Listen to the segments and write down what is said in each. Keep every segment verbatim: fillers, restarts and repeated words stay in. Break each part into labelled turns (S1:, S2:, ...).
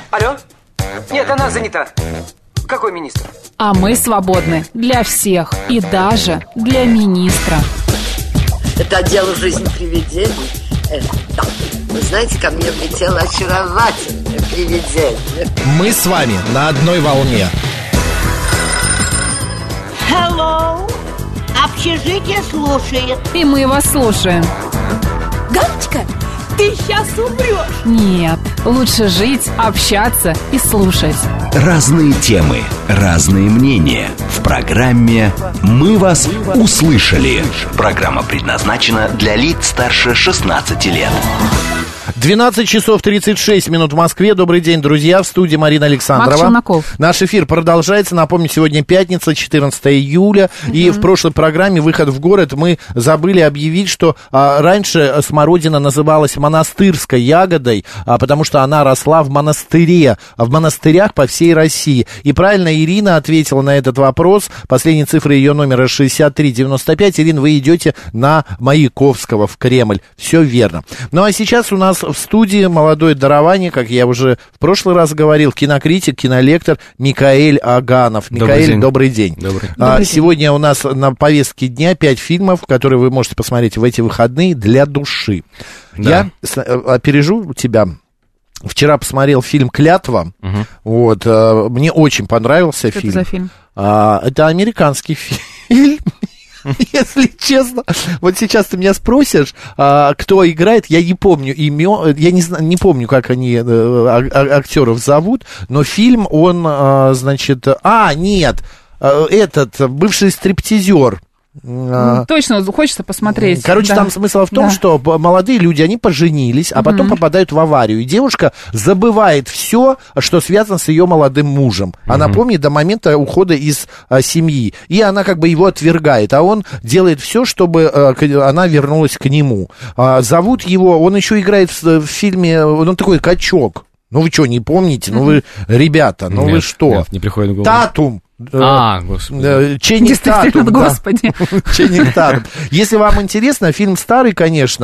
S1: Алло? Нет, она занята. Какой министр?
S2: А мы свободны для всех и даже для министра.
S3: Это отдел «Жизнь привидений». Э, да. Вы знаете, ко мне влетело очаровательное привидение.
S4: Мы с вами на одной волне.
S5: Hello. Общежитие слушает.
S2: И мы вас слушаем.
S5: Галочка, ты сейчас умрешь.
S2: Нет, лучше жить, общаться и слушать.
S6: Разные темы, разные мнения. В программе «Мы вас услышали». Программа предназначена для лиц старше шестнадцати лет.
S4: двенадцать часов тридцать шесть минут в Москве. Добрый день, друзья. В студии Марина Александрова.
S2: Макс Челноков.
S4: Наш эфир продолжается. Напомню, сегодня пятница, четырнадцатое июля. Mm-hmm. И в прошлой программе «Выход в город» мы забыли объявить, что а, раньше смородина называлась монастырской ягодой, а, потому что она росла в монастыре, в монастырях по всей России. И правильно Ирина ответила на этот вопрос. Последние цифры ее номера шестьдесят три девяносто пять. Ирина, вы идете на Маяковского в Кремль. Все верно. Ну а сейчас у нас в студии молодое дарование, как я уже в прошлый раз говорил, кинокритик, кинолектор Микаэль Аганов. Микаэль, добрый день. Добрый. А, добрый день. Сегодня у нас на повестке дня пять фильмов, которые вы можете посмотреть в эти выходные для души. Да. Я опережу тебя. Вчера посмотрел фильм «Клятва». Угу. Вот, а, мне очень понравился
S2: Что
S4: фильм.
S2: Это за фильм?
S4: А, это американский фильм. Если честно, вот сейчас ты меня спросишь, а, кто играет, я не помню имя, я не знаю, не помню, как они а, а, актеров зовут, но фильм, он, а, значит, а, нет, а, этот, бывший стриптизер.
S2: Ну, точно, хочется посмотреть.
S4: Короче, да. Там смысл в том, да. что молодые люди, они поженились, а потом mm-hmm. попадают в аварию. И девушка забывает все, что связано с ее молодым мужем. Mm-hmm. Она помнит до момента ухода из а, семьи. И она как бы его отвергает. А он делает все, чтобы а, она вернулась к нему. А, зовут его, он еще играет в, в фильме, он такой качок. Ну вы что, не помните? Mm-hmm. Ну вы, ребята, ну нет, вы что?
S7: Нет, не приходит в голову.
S4: Татум.
S7: А, господи.
S4: Ченнинг Татум, да.
S2: Господи.
S4: Ченнинг Татум. Если вам интересно, фильм старый, конечно,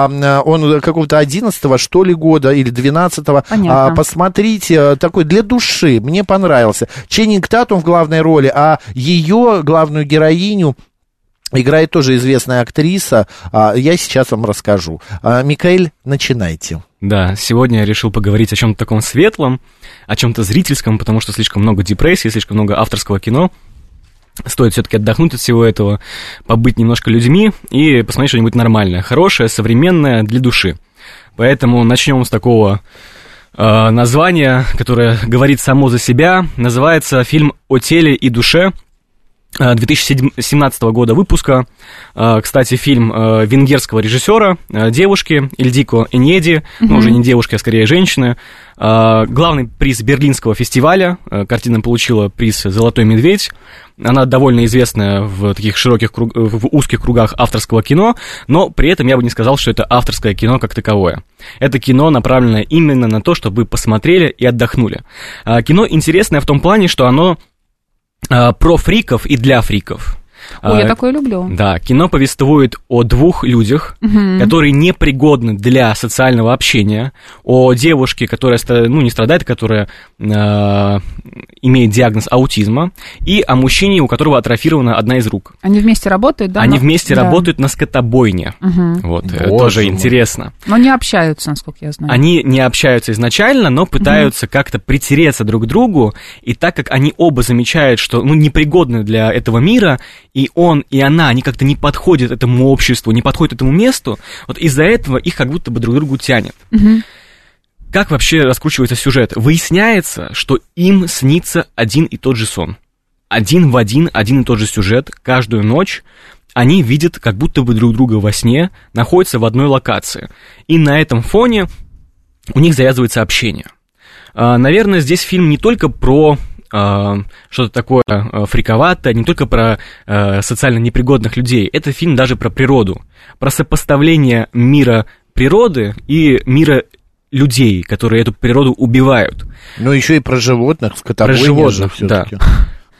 S4: он какого-то одиннадцатого, что ли, года, или двенадцатого. Понятно. Посмотрите, такой для души, мне понравился. Ченнинг Татум в главной роли, а ее главную героиню играет тоже известная актриса. Я сейчас вам расскажу. Микаэль, начинайте.
S7: Да, сегодня я решил поговорить о чем-то таком светлом, о чем-то зрительском, потому что слишком много депрессии, слишком много авторского кино. Стоит все-таки отдохнуть от всего этого, побыть немножко людьми и посмотреть что-нибудь нормальное, хорошее, современное для души. Поэтому начнем с такого э, названия, которое говорит само за себя. Называется фильм «О теле и душе». две тысячи семнадцатого года выпуска. Кстати, фильм венгерского режиссера, девушки Ильдико Эньеди, mm-hmm. ну, уже не девушки, а скорее женщины. Главный приз Берлинского фестиваля. Картина получила приз «Золотой медведь». Она довольно известная в таких широких, круг... в узких кругах авторского кино, но при этом я бы не сказал, что это авторское кино как таковое. Это кино, направленное именно на то, чтобы вы посмотрели и отдохнули. Кино интересное в том плане, что оно про фриков и для фриков.
S2: Ой, я такое люблю.
S7: Да, кино повествует о двух людях, угу. которые непригодны для социального общения, о девушке, которая, ну, не страдает, которая э, имеет диагноз аутизма, и о мужчине, у которого атрофирована одна из рук.
S2: Они вместе работают, да?
S7: Они вместе да. работают на скотобойне. Угу. Вот, тоже мой. Интересно.
S2: Но не общаются, насколько я знаю.
S7: Они не общаются изначально, но пытаются угу. как-то притереться друг к другу, и так как они оба замечают, что ну, непригодны для этого мира, и он, и она, они как-то не подходят этому обществу, не подходят этому месту, вот из-за этого их как будто бы друг к другу тянет. Угу. Как вообще раскручивается сюжет? Выясняется, что им снится один и тот же сон. Один в один, один и тот же сюжет. Каждую ночь они видят как будто бы друг друга во сне, находятся в одной локации. И на этом фоне у них завязывается общение. Наверное, здесь фильм не только про... что-то такое фриковатое, не только про э, социально непригодных людей. Это фильм даже про природу, про сопоставление мира природы и мира людей, которые эту природу убивают.
S4: Ну, еще и про животных, скотобойня.
S7: Про животных, да.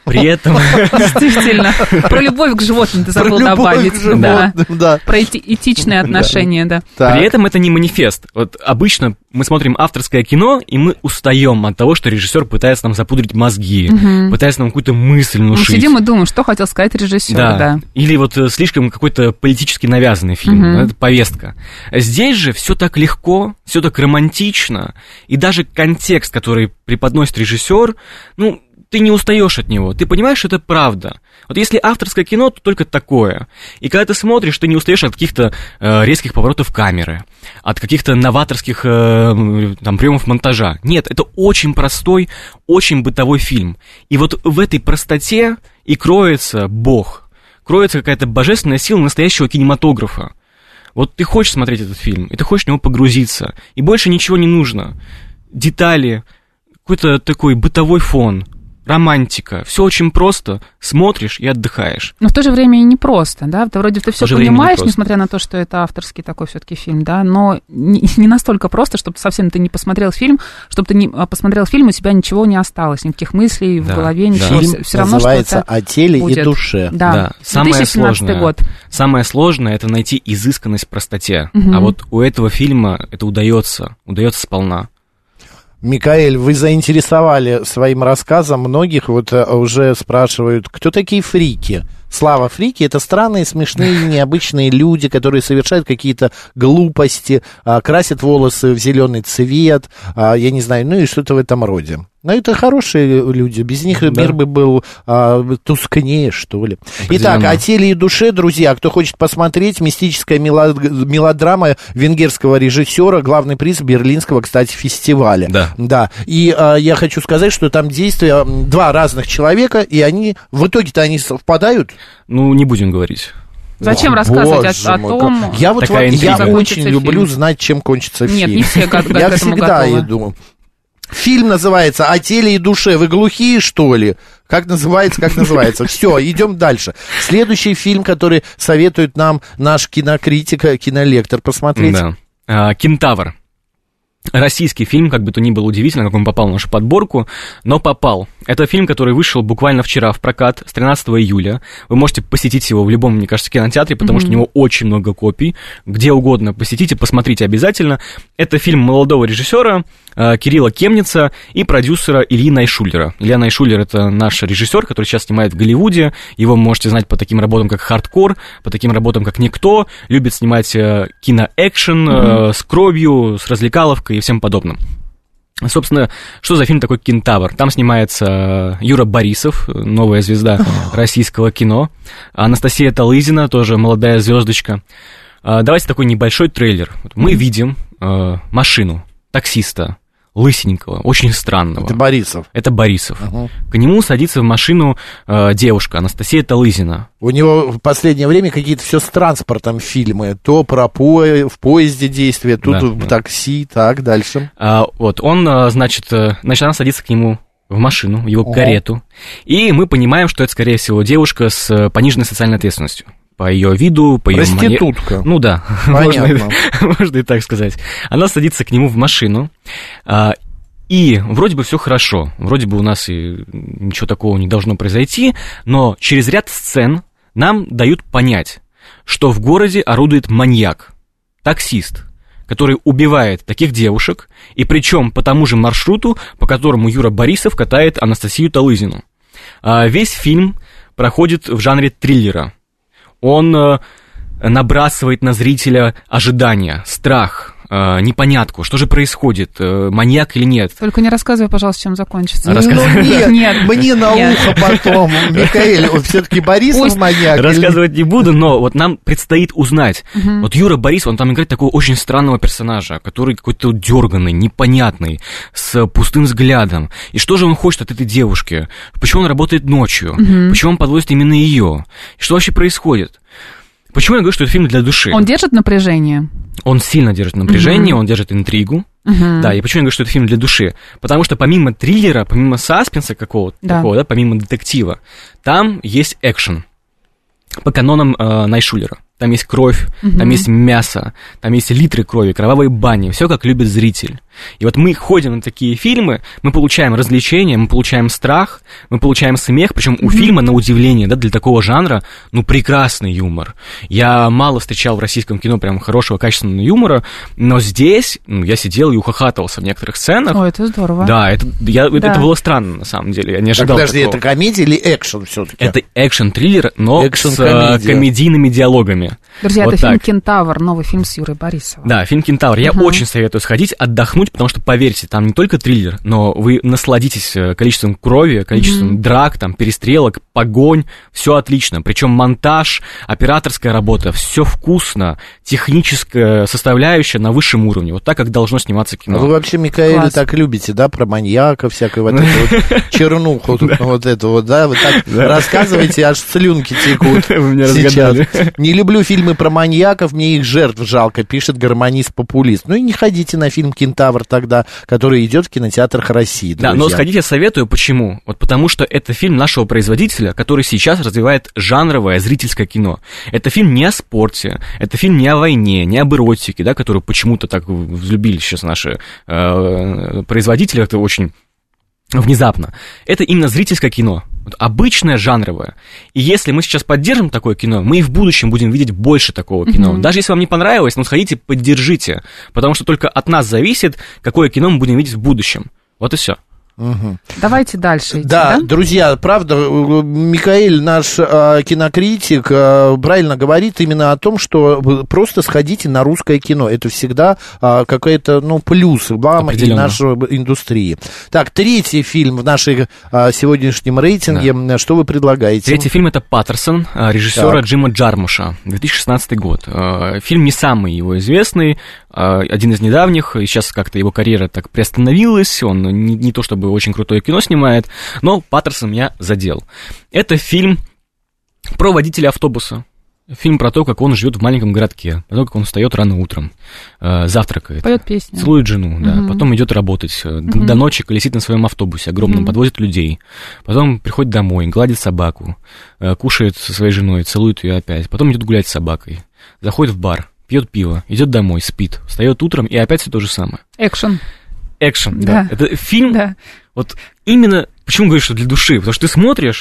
S7: При этом...
S2: Действительно. Про любовь к животным ты забыл добавить.
S4: Да. Да.
S2: Про эти этичные отношения, да.
S7: При этом это не манифест. Вот обычно мы смотрим авторское кино, и мы устаем от того, что режиссер пытается нам запудрить мозги, угу. пытается нам какую-то мысль внушить.
S2: Мы сидим и думаем, что хотел сказать режиссер, да. да.
S7: Или вот слишком какой-то политически навязанный фильм, угу. это повестка. Здесь же все так легко, все так романтично, и даже контекст, который преподносит режиссер, ну, ты не устаешь от него, ты понимаешь, что это правда. Вот если авторское кино, то только такое. И когда ты смотришь, ты не устаешь от каких-то э, резких поворотов камеры, от каких-то новаторских э, там, приемов монтажа. Нет, это очень простой, очень бытовой фильм. И вот в этой простоте и кроется Бог, кроется какая-то божественная сила настоящего кинематографа. Вот ты хочешь смотреть этот фильм, и ты хочешь в него погрузиться, и больше ничего не нужно. Детали, какой-то такой бытовой фон, романтика, все очень просто, смотришь и отдыхаешь.
S2: Но в то же время и непросто, да, ты вроде ты все понимаешь, несмотря на то, что это авторский такой все-таки фильм, да, но не, не настолько просто, чтобы совсем ты не посмотрел фильм, чтобы ты не посмотрел фильм, у тебя ничего не осталось, никаких мыслей да, в голове, ничего.
S4: Да. Фильм
S2: все равно
S4: называется «О теле
S2: будет.
S4: И душе».
S2: Да,
S7: да. Самое сложное,
S2: год.
S7: Самое сложное — это найти изысканность в простоте,
S2: угу.
S7: а вот у этого фильма это удается, удается сполна.
S4: Микаэль, вы заинтересовали своим рассказом многих, вот уже спрашивают, кто такие фрики? Слава, фрики — это странные, смешные, необычные люди, которые совершают какие-то глупости, красят волосы в зеленый цвет, я не знаю, ну и что-то в этом роде. Но это хорошие люди, без них да. мир бы был а, тускнее, что ли. Итак, «О теле и душе», друзья, кто хочет посмотреть, мистическая мелодрама венгерского режиссера, главный приз Берлинского, кстати, фестиваля.
S7: Да.
S4: Да. И а, я хочу сказать, что там действия два разных человека, и они, в итоге-то они совпадают.
S7: Ну, не будем говорить.
S2: Зачем
S4: О,
S2: рассказывать о, о
S4: мой,
S2: том,
S4: как... Я вот вам, я очень
S2: фильм.
S4: люблю знать, чем кончится
S2: Нет,
S4: фильм.
S2: Нет, не все к, к
S4: я
S2: этому
S4: всегда
S2: готовы.
S4: иду. Фильм называется «О теле и душе». Вы глухие, что ли? Как называется, как называется? Все, идем дальше. Следующий фильм, который советует нам наш кинокритик, кинолектор посмотреть.
S7: Да. «Кентавр». Российский фильм, как бы то ни было удивительно, как он попал в нашу подборку, но попал. Это фильм, который вышел буквально вчера в прокат, с тринадцатого июля. Вы можете посетить его в любом, мне кажется, кинотеатре, потому mm-hmm. что у него очень много копий. Где угодно посетите, посмотрите обязательно. Это фильм молодого режиссера э, Кирилла Кемница и продюсера Ильи Найшулера. Илья Найшулер — это наш режиссер, который сейчас снимает в Голливуде. Его вы можете знать по таким работам, как «Хардкор», по таким работам, как «Никто». Любит снимать э, киноэкшен mm-hmm. э, с кровью, с развлекаловкой и всем подобным. Собственно, что за фильм такой «Кентавр»? Там снимается Юра Борисов, новая звезда российского кино, Анастасия Талызина, тоже молодая звездочка. Давайте такой небольшой трейлер. Мы видим машину таксиста, лысенького, очень странного.
S4: Это Борисов.
S7: Это Борисов.
S4: Угу.
S7: К нему садится в машину э, девушка, Анастасия Талызина.
S4: У него в последнее время какие-то все с транспортом фильмы. То про по... в поезде действия, тут да, в да. такси, так, дальше.
S7: А, вот, он, значит, значит, она садится к нему в машину, в его Ого. карету, и мы понимаем, что это, скорее всего, девушка с пониженной социальной ответственностью. По ее виду, по ее манере.
S4: Проститутка.
S7: Ну да, можно, можно и так сказать. Она садится к нему в машину, и вроде бы все хорошо, вроде бы у нас и ничего такого не должно произойти, но через ряд сцен нам дают понять, что в городе орудует маньяк, таксист, который убивает таких девушек, и причем по тому же маршруту, по которому Юра Борисов катает Анастасию Талызину. Весь фильм проходит в жанре триллера. Он э, набрасывает на зрителя ожидания, страх, э, непонятку, что же происходит, э, маньяк или нет.
S2: Только не рассказывай, пожалуйста, чем закончится.
S4: Ну, нет, нет, мне на
S2: нет.
S4: ухо потом. Микаэль, все-таки Борисов Пусть маньяк.
S7: Рассказывать или... не буду, но вот нам предстоит узнать. Угу. Вот Юра Борисов, он там играет такого очень странного персонажа, который какой-то дерганный, непонятный, с пустым взглядом. И что же он хочет от этой девушки? Почему он работает ночью? Угу. Почему он подвозит именно ее? И что вообще происходит? Почему я говорю, что это фильм для души?
S2: Он держит напряжение?
S7: Он сильно держит напряжение, uh-huh. он держит интригу.
S2: Uh-huh.
S7: Да, и почему я говорю, что это фильм для души? Потому что помимо триллера, помимо саспенса какого-то да. такого, да, помимо детектива, там есть экшен по канонам э, Найшулера. Там есть кровь, uh-huh. там есть мясо, там есть литры крови, кровавые бани, все как любит зритель. И вот мы ходим на такие фильмы, мы получаем развлечения, мы получаем страх, мы получаем смех, причем mm-hmm. у фильма, на удивление, да, для такого жанра, ну, прекрасный юмор. Я мало встречал в российском кино прям хорошего, качественного юмора, но здесь ну, я сидел и ухахатывался в некоторых сценах.
S2: О, это здорово.
S7: Да, это, я,
S2: да.
S7: это было странно, на самом деле, я не ожидал
S4: так, подожди,
S7: такого.
S4: Это комедия или экшен все-таки?
S7: Это экшен-триллер, но
S4: экшен-комедия.
S7: с комедийными диалогами.
S2: Друзья,
S7: вот
S2: это
S7: так.
S2: фильм «Кентавр», новый фильм с Юрой Борисовым.
S7: Да, фильм «Кентавр». Я
S2: uh-huh.
S7: очень советую сходить, отдохнуть, потому что, поверьте, там не только триллер, но вы насладитесь количеством крови, количеством uh-huh. драк, там, перестрелок, погонь, все отлично. Причем монтаж, операторская работа, все вкусно, техническая составляющая на высшем уровне. Вот так, как должно сниматься кино.
S4: А вы вообще, Микаэля,
S2: Класс.
S4: так любите, да, про маньяка всякую, вот эту вот чернуху, вот эту вот, да, вы так рассказываете, аж слюнки текут
S7: Вы меня
S4: сейчас.
S7: разгадали.
S4: Не люблю фильмы про маньяков, мне их жертв жалко, пишет гармонист-популист. Ну и не ходите на фильм «Кентавр» тогда, который идет в кинотеатрах России, друзья.
S7: Да, но сходите, советую. Почему? Вот потому что это фильм нашего производителя, который сейчас развивает жанровое зрительское кино. Это фильм не о спорте, это фильм не о войне, не об эротике, да, которую почему-то так взлюбили сейчас наши э, производители, это очень внезапно. Это именно зрительское кино, вот обычное жанровое. И если мы сейчас поддержим такое кино, мы и в будущем будем видеть больше такого кино. Mm-hmm. Даже если вам не понравилось, ну сходите, поддержите, потому что только от нас зависит, какое кино мы будем видеть в будущем. Вот и все.
S4: Угу.
S2: Давайте дальше идти,
S4: да,
S2: да?
S4: Друзья, правда, Микаэль, наш э, кинокритик, э, правильно говорит именно о том, что просто сходите на русское кино. Это всегда э, какой-то, ну, плюс вам и нашей индустрии. Так, третий фильм в нашей э, сегодняшнем рейтинге. Да. Что вы предлагаете?
S7: Третий фильм — это «Паттерсон» режиссера так. Джима Джармуша, две тысячи шестнадцатый год. Фильм не самый его известный, один из недавних, и сейчас как-то его карьера так приостановилась, он не, не то чтобы очень крутое кино снимает, но Паттерсон меня задел. Это фильм про водителя автобуса. Фильм про то, как он живет в маленьком городке, про то, как он встает рано утром, э, завтракает,
S2: поет песни,
S7: целует жену, да,
S2: угу.
S7: потом идет работать, э,
S2: угу.
S7: до ночи колесит на своем автобусе огромном, угу. подвозит людей, потом приходит домой, гладит собаку, э, кушает со своей женой, целует ее опять, потом идет гулять с собакой, заходит в бар, пьет пиво, идет домой, спит, встает утром и опять все то же самое.
S2: Экшен.
S7: Экшен, да. да. Это фильм,
S2: да.
S7: вот именно, почему говорю, что для души, потому что ты смотришь,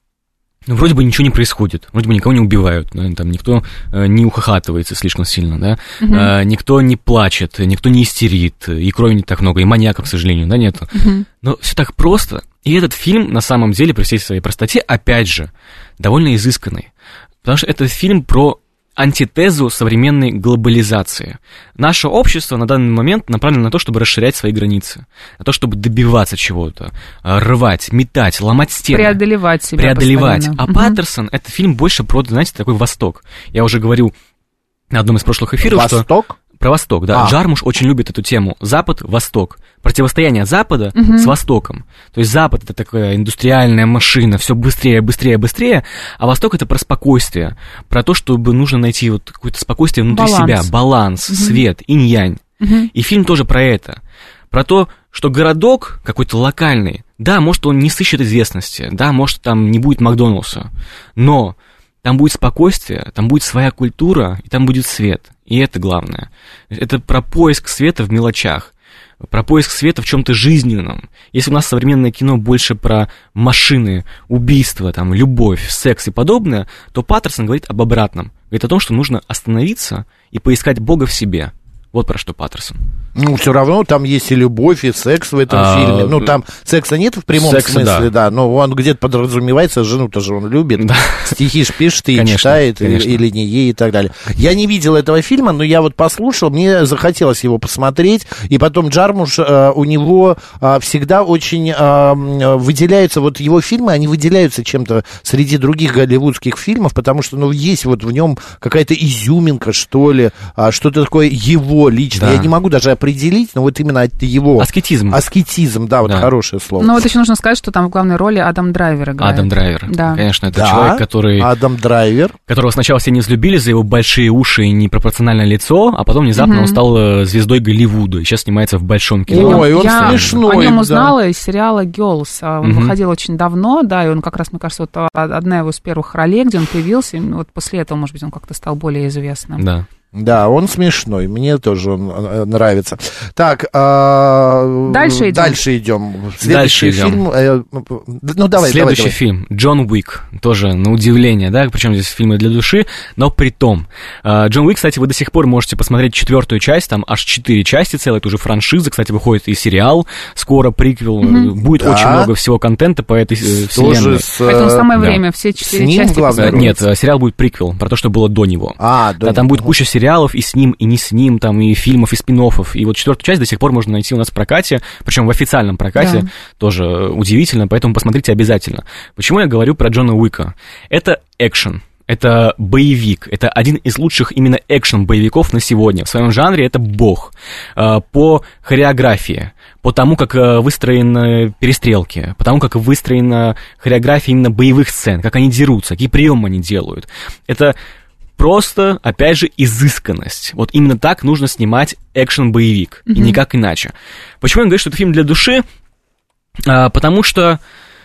S7: ну, вроде бы ничего не происходит, вроде бы никого не убивают, да, там никто э, не ухахатывается слишком сильно, да, uh-huh. э, никто не плачет, никто не истерит, и крови не так много, и маньяков, к сожалению, да, нету. Uh-huh. Но все так просто. И этот фильм, на самом деле, при всей своей простоте, опять же, довольно изысканный, потому что это фильм про антитезу современной глобализации. Наше общество на данный момент направлено на то, чтобы расширять свои границы, на то, чтобы добиваться чего-то, рвать, метать, ломать стены.
S2: Преодолевать себя
S7: Преодолевать.
S2: постоянно.
S7: А угу. Паттерсон — это фильм больше про, знаете, такой Восток. Я уже говорил на одном из прошлых эфиров,
S4: Восток?
S7: что... Восток? Про Восток, да. А. Джармуш очень любит эту тему. Запад, Восток. Противостояние Запада угу. с Востоком. То есть Запад — это такая индустриальная машина, все быстрее, быстрее, быстрее, а Восток — это про спокойствие, про то, чтобы нужно найти вот какое-то спокойствие внутри баланс. себя, баланс, угу. свет, инь-янь. Угу. И фильм тоже про это. Про то, что городок какой-то локальный, да, может, он не сыщет известности, да, может, там не будет Макдоналдса, но там будет спокойствие, там будет своя культура, и там будет свет. И это главное. Это про поиск света в мелочах, про поиск света в чем-то жизненном. Если у нас современное кино больше про машины, убийства, там, любовь, секс и подобное, то Паттерсон говорит об обратном. Говорит о том, что нужно остановиться и поискать Бога в себе. Вот про что Паттерсон.
S4: Ну, все равно там есть и любовь, и секс в этом а, фильме. Ну, там секса нет в прямом секса, смысле, да. да, но он где-то подразумевается, жену-то же он любит, да. Стихи ж пишет и конечно, читает, конечно. или не ей и так далее. Я не видел этого фильма, но я вот послушал, мне захотелось его посмотреть, и потом Джармуш, э, у него э, всегда очень э, выделяются, вот его фильмы, они выделяются чем-то среди других голливудских фильмов, потому что, ну, есть вот в нем какая-то изюминка, что ли, э, что-то такое его лично. Да. Я не могу даже определить, но вот именно это его...
S7: Аскетизм.
S4: Аскетизм, да, вот да. хорошее слово.
S2: Ну, вот еще нужно сказать, что там в главной роли Адам Драйвер играет.
S7: Адам Драйвер.
S2: Да.
S7: Конечно, это
S4: да.
S7: человек, который...
S4: Адам Драйвер.
S7: Которого сначала все не взлюбили за его большие уши и непропорциональное лицо, а потом внезапно угу. он стал звездой Голливуда и сейчас снимается в большом кино.
S4: Ой, он
S2: Я
S4: смешной.
S2: о нем
S4: да.
S2: узнала из сериала «Girls». Он угу. выходил очень давно, да, и он как раз, мне кажется, вот одна его из первых ролей, где он появился, и вот после этого, может быть, он как-то стал более известным.
S7: Да.
S4: Да, он смешной, мне тоже он нравится. Так, а...
S2: дальше идем.
S4: Дальше идем. Следующий
S7: дальше
S4: фильм.
S7: Идем.
S4: Ну, давай,
S7: Следующий
S4: давай,
S7: фильм «Джон Уик». Тоже на удивление, да, причем здесь фильмы для души, но при том. «Джон Уик», кстати, вы до сих пор можете посмотреть четвертую часть, там аж четыре части целые, это уже франшиза, кстати, выходит и сериал, скоро приквел, mm-hmm. будет да. очень много всего контента по этой э, вселенной.
S2: С... Поэтому самое да. время все четыре части посмотреть.
S7: Нет, сериал будет приквел, про то, что было до него.
S4: А, до
S7: да, там будет куча сериалов и с ним, и не с ним, там, и фильмов, и спин-оффов. И вот четвертую часть до сих пор можно найти у нас в прокате, причем в официальном прокате, да. тоже удивительно, поэтому посмотрите обязательно. Почему я говорю про Джона Уика? Это экшен. Это боевик, это один из лучших именно экшен-боевиков на сегодня. В своем жанре это бог. По хореографии, по тому, как выстроены перестрелки, по тому, как выстроена хореография именно боевых сцен, как они дерутся, какие приемы они делают. Это просто, опять же, изысканность. Вот именно так нужно снимать экшен-боевик, mm-hmm. и никак иначе. Почему я говорю, что это фильм для души? А, потому что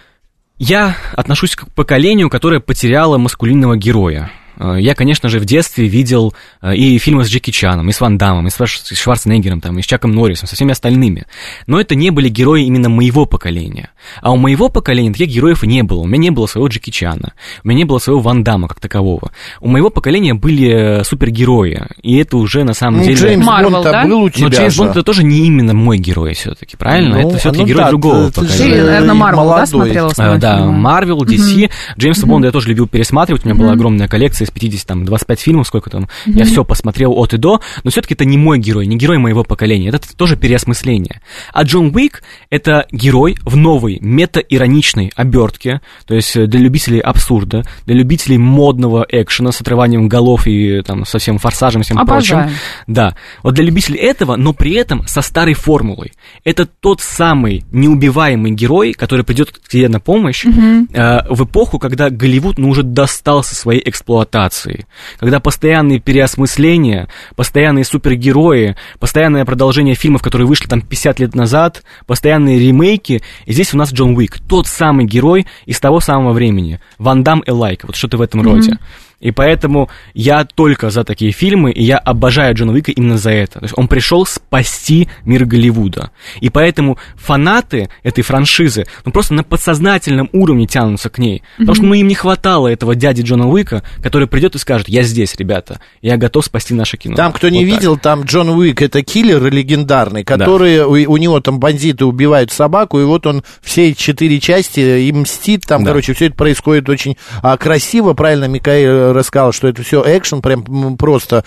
S7: я отношусь к поколению, которое потеряло маскулинного героя. Я, конечно же, в детстве видел и фильмы с Джеки Чаном, и с Ван Даммом, и с Шварценеггером, там, и с Чаком Норрисом, со всеми остальными. Но это не были герои именно моего поколения. А у моего поколения таких героев не было. У меня не было своего Джеки Чана, у меня не было своего Ван Дамма как такового. У моего поколения были супергерои, и это уже на самом
S4: ну,
S7: деле...
S4: Джеймс Бонд да? был у тебя.
S7: Но Джеймс Бонд это тоже не именно мой герой все-таки, правильно? Ну, это все-таки ну, герой да, другого
S2: ты,
S7: поколения.
S2: Ты, наверное, Марвел, да, смотрела?
S7: А, да, Марвел, ди си. Mm-hmm. Джеймса mm-hmm. Бонда я тоже любил пересматривать, у меня mm-hmm. была огромная коллекция из пятидесяти, там, двадцать пять фильмов, сколько там, mm-hmm. я все посмотрел от и до, но все-таки это не мой герой, не герой моего поколения, это тоже переосмысление. А Джон Уик — это герой в новой мета-ироничной обертке, то есть для любителей абсурда, для любителей модного экшена с отрыванием голов и там со всем форсажем и всем
S2: Обожаю.
S7: прочим. Да, вот для любителей этого, но при этом со старой формулой. Это тот самый неубиваемый герой, который придет к тебе на помощь mm-hmm. э, в эпоху, когда Голливуд ну, уже достался своей эксплуатацией. Когда постоянные переосмысления, постоянные супергерои, постоянное продолжение фильмов, которые вышли там пятьдесят лет назад, постоянные ремейки, и здесь у нас Джон Уик, тот самый герой из того самого времени, Ван Дамм и лайк, вот что-то в этом mm-hmm. роде. И поэтому я только за такие фильмы, и я обожаю Джона Уика именно за это. То есть он пришел спасти мир Голливуда. И поэтому фанаты этой франшизы ну, просто на подсознательном уровне тянутся к ней. Mm-hmm. Потому что ну, им не хватало этого дяди Джона Уика, который придет и скажет: я здесь, ребята, я готов спасти наше кино.
S4: Там, кто не вот видел, так. Там Джон Уик — это киллер легендарный, который, да. у, у него там бандиты убивают собаку, и вот он все четыре части им мстит. Там, да. короче, все это происходит очень а, красиво, правильно Микаэль рассказал, что это все экшен, прям просто.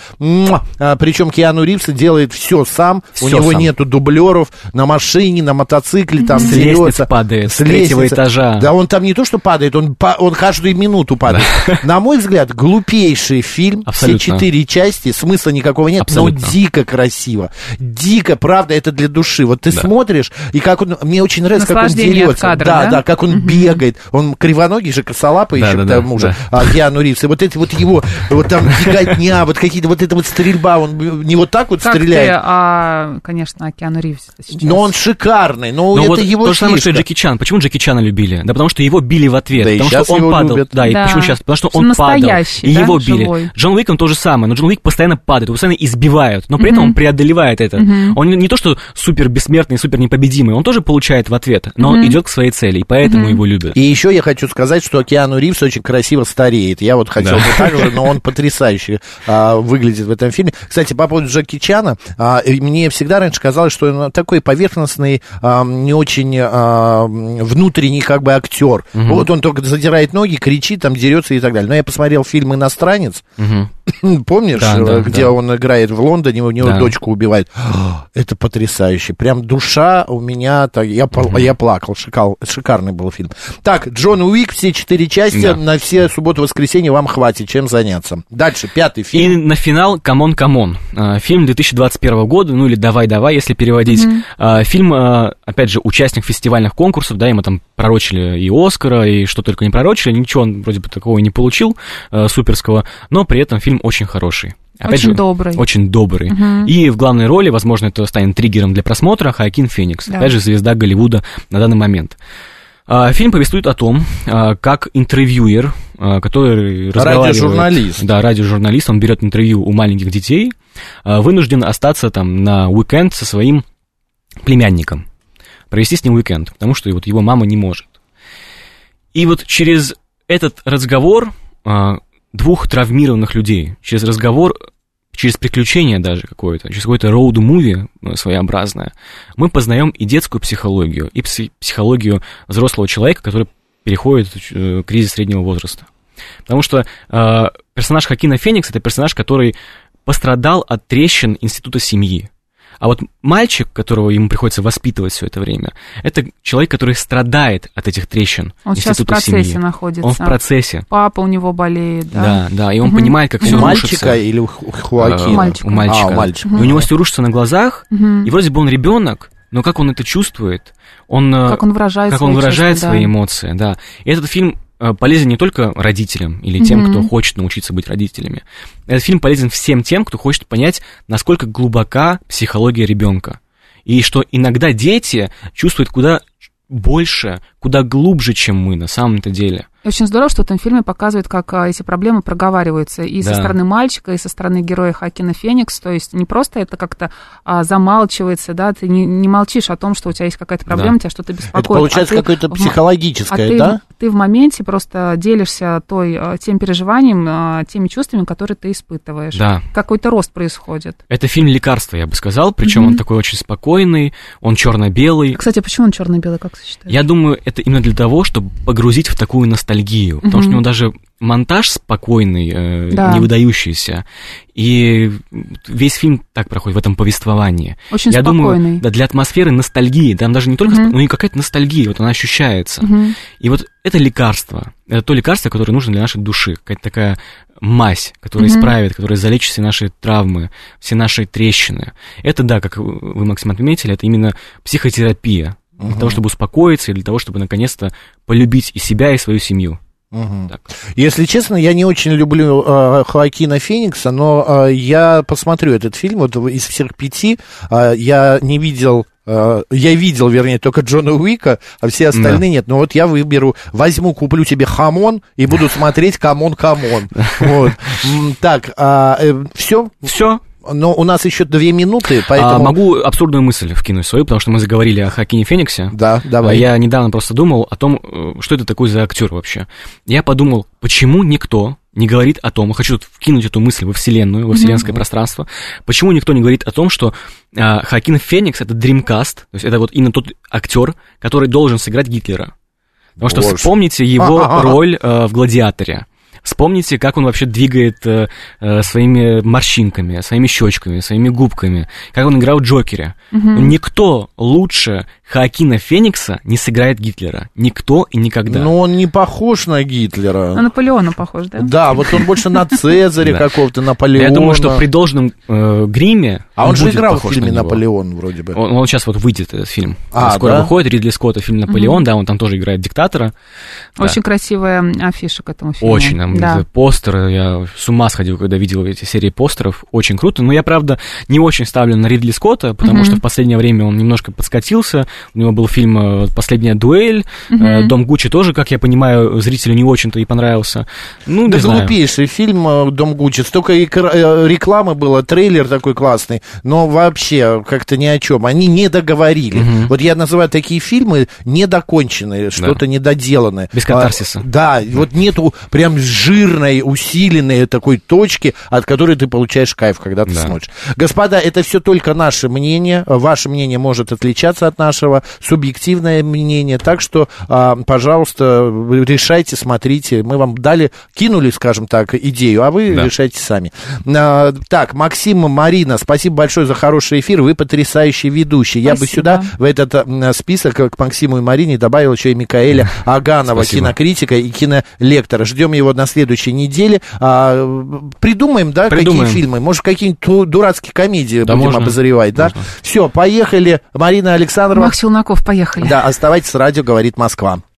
S4: А, причем Киану Ривз делает все сам, все у него сам. Нету дублеров на машине, на мотоцикле, там
S7: с
S4: дерется.
S7: Лестница падает,
S4: с
S7: третьего
S4: лестницы.
S7: Этажа.
S4: Да он там не то, что падает, он, он каждую минуту падает. Да. На мой взгляд, глупейший фильм, абсолютно. Все четыре части, смысла никакого нет, абсолютно. Но дико красиво. Дико, правда, это для души. Вот ты да. смотришь, и как он, мне очень нравится, как он дерется.
S2: Кадра,
S4: да,
S2: да,
S4: да, как он mm-hmm. бегает. Он кривоногий же, косолапый да, еще да, к тому да, же, да. а, Киану Ривз. И вот это вот его, вот там беготня, вот какие-то, вот эта вот стрельба, он не вот так вот
S2: как
S4: стреляет.
S2: Ты, а, конечно, Киану Ривз сейчас.
S4: Но он шикарный, но, но это
S7: вот
S4: его
S7: то же самое, что и Джеки Чан. Почему Джеки Чана любили? Да потому что его били в ответ,
S4: да
S7: потому что он падал.
S4: Любят.
S7: Да, и
S2: да.
S7: почему сейчас? Потому что он падал, и
S2: да?
S7: его били.
S2: Живой.
S7: Джон Уик, он то же самое, но Джон Уик постоянно падает, его постоянно избивают, но при mm-hmm. этом он преодолевает это. Mm-hmm. Он не то, что супер бессмертный, супер непобедимый, он тоже получает в ответ, но mm-hmm. он идет к своей цели, и поэтому mm-hmm. его любят.
S4: И еще я хочу сказать, что Киану Ривз очень красиво стареет. Я вот хотел да. бы так же, но он потрясающе а, выглядит в этом фильме. Кстати, по поводу Джеки Чана, а, мне всегда раньше казалось, что он такой поверхностный, а, не очень а, внутренний как бы актер. Mm-hmm. Вот он только задирает ноги, кричит, там дерется и так далее. Но я посмотрел фильм «Иностранец», mm-hmm. помнишь, да, да, где да. он играет в Лондоне, у него да. дочку убивает. Это потрясающе. Прям душа у меня, так, я, mm-hmm. я плакал, шикал, шикарный был фильм. Так, Джон Уик, все четыре части, да. на все субботу-воскресенье вам хватит чем заняться. Дальше, пятый фильм.
S7: И на финал «Камон, камон». Фильм две тысячи двадцать первого года, ну или «Давай-давай», если переводить. Mm-hmm. Фильм, опять же, участник фестивальных конкурсов, да, ему там пророчили и Оскара, и что только не пророчили, ничего он вроде бы такого не получил, суперского, но при этом фильм очень хороший. Опять
S2: очень
S7: же,
S2: добрый.
S7: Очень добрый.
S2: Uh-huh.
S7: И в главной роли, возможно, это станет триггером для просмотра, Хоакин Феникс. Uh-huh. Опять же, звезда Голливуда на данный момент. Фильм повествует о том, как интервьюер, который разговаривает...
S4: Радиожурналист.
S7: Да, радиожурналист, он берет интервью у маленьких детей, вынужден остаться там на уикенд со своим племянником, провести с ним уикенд, потому что вот его мама не может. И вот через этот разговор двух травмированных людей, через разговор... через приключение даже какое-то, через какое-то роуд-муви своеобразное, мы познаем и детскую психологию, и психологию взрослого человека, который переходит в кризис среднего возраста. Потому что э, персонаж Хоакина Феникса — это персонаж, который пострадал от трещин института семьи. А вот мальчик, которого ему приходится воспитывать все это время, это человек, который страдает от этих трещин
S2: он
S7: института семьи. Он сейчас в процессе
S2: семьи. находится.
S7: Он в процессе.
S2: Папа у него болеет, да?
S7: Да, да, и он угу. понимает, как
S4: у
S7: все
S4: мальчика
S7: рушится.
S4: Мальчика или у Хоакина?
S2: У мальчика.
S7: У мальчика.
S4: А, у мальчика.
S7: Угу. И у него все рушится на глазах,
S2: угу.
S7: и вроде бы он ребенок, но как он это чувствует, он,
S2: как он выражает,
S7: как
S2: свои,
S7: он выражает
S2: чувства,
S7: свои
S2: да.
S7: эмоции, да. И этот фильм полезен не только родителям или тем, mm-hmm. кто хочет научиться быть родителями. Этот фильм полезен всем тем, кто хочет понять, насколько глубока психология ребенка. И что иногда дети чувствуют куда больше, куда глубже, чем мы на самом-то деле.
S2: И очень здорово, что в этом фильме показывают, как а, эти проблемы проговариваются и да. со стороны мальчика, и со стороны героя Хоакина Феникс. То есть не просто это как-то а, замалчивается, да, ты не, не молчишь о том, что у тебя есть какая-то проблема, да. тебя что-то беспокоит. Это
S4: получается
S2: а
S4: какое-то
S2: ты,
S4: психологическое,
S2: а ты,
S4: да?
S2: Ты в моменте просто делишься той, тем переживанием, теми чувствами, которые ты испытываешь.
S7: Да.
S2: Какой-то рост происходит.
S7: Это фильм «Лекарство», я бы сказал, причем mm-hmm. он такой очень спокойный, он черно-белый.
S2: Кстати, почему он черно-белый, как ты считаешь?
S7: Я думаю, это именно для того, чтобы погрузить в такую ностальгию, потому mm-hmm. что у него даже монтаж спокойный, э, да. не выдающийся, и весь фильм так проходит в этом повествовании.
S2: Очень
S7: Я
S2: спокойный.
S7: думаю, да, для атмосферы ностальгии, там даже не только, mm-hmm. но и какая-то ностальгия, вот она ощущается. Mm-hmm. И вот это лекарство, это то лекарство, которое нужно для нашей души, какая-то такая мазь, которая mm-hmm. исправит, которая залечит все наши травмы, все наши трещины. Это, да, как вы, Максим, отметили, это именно психотерапия, для uh-huh. того, чтобы успокоиться, и для того, чтобы наконец-то полюбить и себя, и свою семью.
S4: Uh-huh. Так. Если честно, я не очень люблю э, Хоакина Феникса, но э, я посмотрю этот фильм. Вот из всех пяти э, я не видел... Uh, я видел, вернее, только Джона Уика, а все остальные да. нет. Но вот я выберу, возьму, куплю тебе хамон и буду смотреть камон-камон. Вот. Так, все?
S7: Все.
S4: Но у нас еще две минуты, поэтому...
S7: А, могу абсурдную мысль вкинуть свою, потому что мы заговорили о Хоакине Фениксе.
S4: Да, давай.
S7: Я недавно просто думал о том, что это такой за актер вообще. Я подумал, почему никто не говорит о том, хочу вкинуть эту мысль во вселенную, во вселенское mm-hmm. пространство, почему никто не говорит о том, что а, Хоакин Феникс — это Dreamcast, то есть это вот именно тот актер, который должен сыграть Гитлера. Потому что Боже. Вспомните его А-а-а. роль а, в «Гладиаторе». Вспомните, как он вообще двигает э, э, своими морщинками, своими щечками, своими губками, как он играл в «Джокере». Угу. Никто лучше Хоакина Феникса не сыграет Гитлера. Никто и никогда.
S4: Но он не похож на Гитлера.
S2: На Наполеона похож, да?
S4: Да, вот он больше на Цезаря какого-то, Наполеона.
S7: Я думаю, что при должном э, гриме
S4: А он же играл в фильме «Наполеон» вроде бы.
S7: Он сейчас вот выйдет, этот фильм.
S4: А,
S7: скоро выходит Ридли Скотта фильм «Наполеон», да, он там тоже играет диктатора.
S2: Очень красивая афиша к этому фильму.
S7: Очень, там да. постеры, я с ума сходил, когда видел эти серии постеров, очень круто, но я, правда, не очень ставлю на Ридли Скотта, потому mm-hmm. что в последнее время он немножко подскатился, у него был фильм «Последняя дуэль», mm-hmm. «Дом Гуччи» тоже, как я понимаю, зрителю не очень-то и понравился. Ну,
S4: да
S7: не знаю.
S4: Глупейший фильм «Дом Гуччи», столько рекламы было, трейлер такой классный, но вообще как-то ни о чем, они не договорили. Mm-hmm. Вот я называю такие фильмы недоконченные, что-то да. недоделанное.
S7: Без катарсиса.
S4: А, да, вот нету прям жирной, усиленной такой точки, от которой ты получаешь кайф, когда ты да. смотришь. Господа, это все только наше мнение. Ваше мнение может отличаться от нашего, субъективное мнение. Так что, а, пожалуйста, решайте, смотрите. Мы вам дали, кинули, скажем так, идею, а вы да. решайте сами. А, так, Максим, Марина, спасибо большое за хороший эфир. Вы потрясающие ведущие. Спасибо. Я бы сюда, в этот а, список, к Максиму и Марине, добавил еще и Микаэля Аганова, спасибо. Кинокритика и кинолектора. Ждем его на следующей неделе. А, придумаем, да, придумаем. Какие фильмы? Может, какие-нибудь дурацкие комедии да, будем можно. обозревать, да? Можно. Все, поехали. Марина Александрова.
S2: Макс Челноков, поехали.
S4: Да, оставайтесь с радио «Говорит Москва».